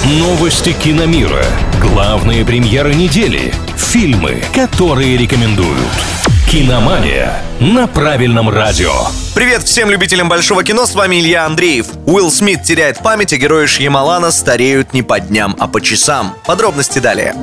Новости киномира. Главные премьеры недели. Фильмы, которые рекомендуют. Киномания на правильном радио. Привет всем любителям большого кино, с вами Илья Андреев. Уилл Смит теряет память, а герои Шьямалана стареют не по дням, а по часам. Подробности далее.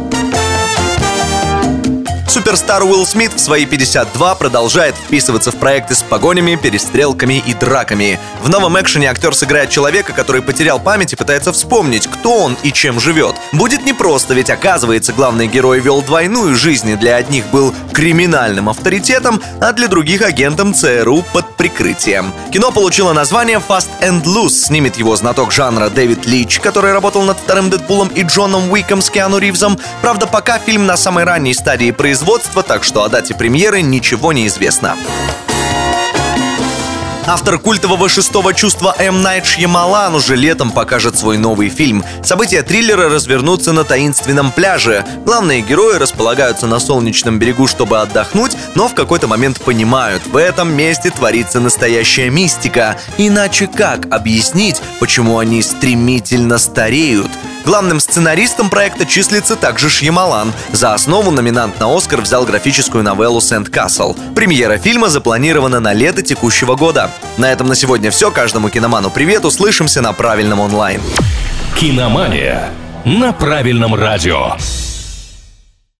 Суперстар Уилл Смит в свои 52 продолжает вписываться в проекты с погонями, перестрелками и драками. В новом экшене актер сыграет человека, который потерял память и пытается вспомнить, кто он и чем живет. Будет непросто, ведь оказывается, главный герой вел двойную жизнь, и для одних был криминальным авторитетом, а для других агентом ЦРУ под прикрытием. Кино получило название Fast and Loose. Снимет его знаток жанра Дэвид Лич, который работал над вторым Дэдпулом и Джоном Уиком с Киану Ривзом. Правда, пока фильм на самой ранней стадии производства, так что о дате премьеры ничего не известно. Автор культового «Шестого чувства» М. Найт Шьямалан уже летом покажет свой новый фильм. События триллера развернутся на таинственном пляже. Главные герои располагаются на солнечном берегу, чтобы отдохнуть, но в какой-то момент понимают, в этом месте творится настоящая мистика. Иначе как объяснить, почему они стремительно стареют? Главным сценаристом проекта числится также Шьямалан. За основу номинант на «Оскар» взял графическую новеллу «Сэндкасл». Премьера фильма запланирована на лето текущего года. На этом на сегодня все. Каждому киноману привет. Услышимся на правильном онлайн. Киномания на правильном радио.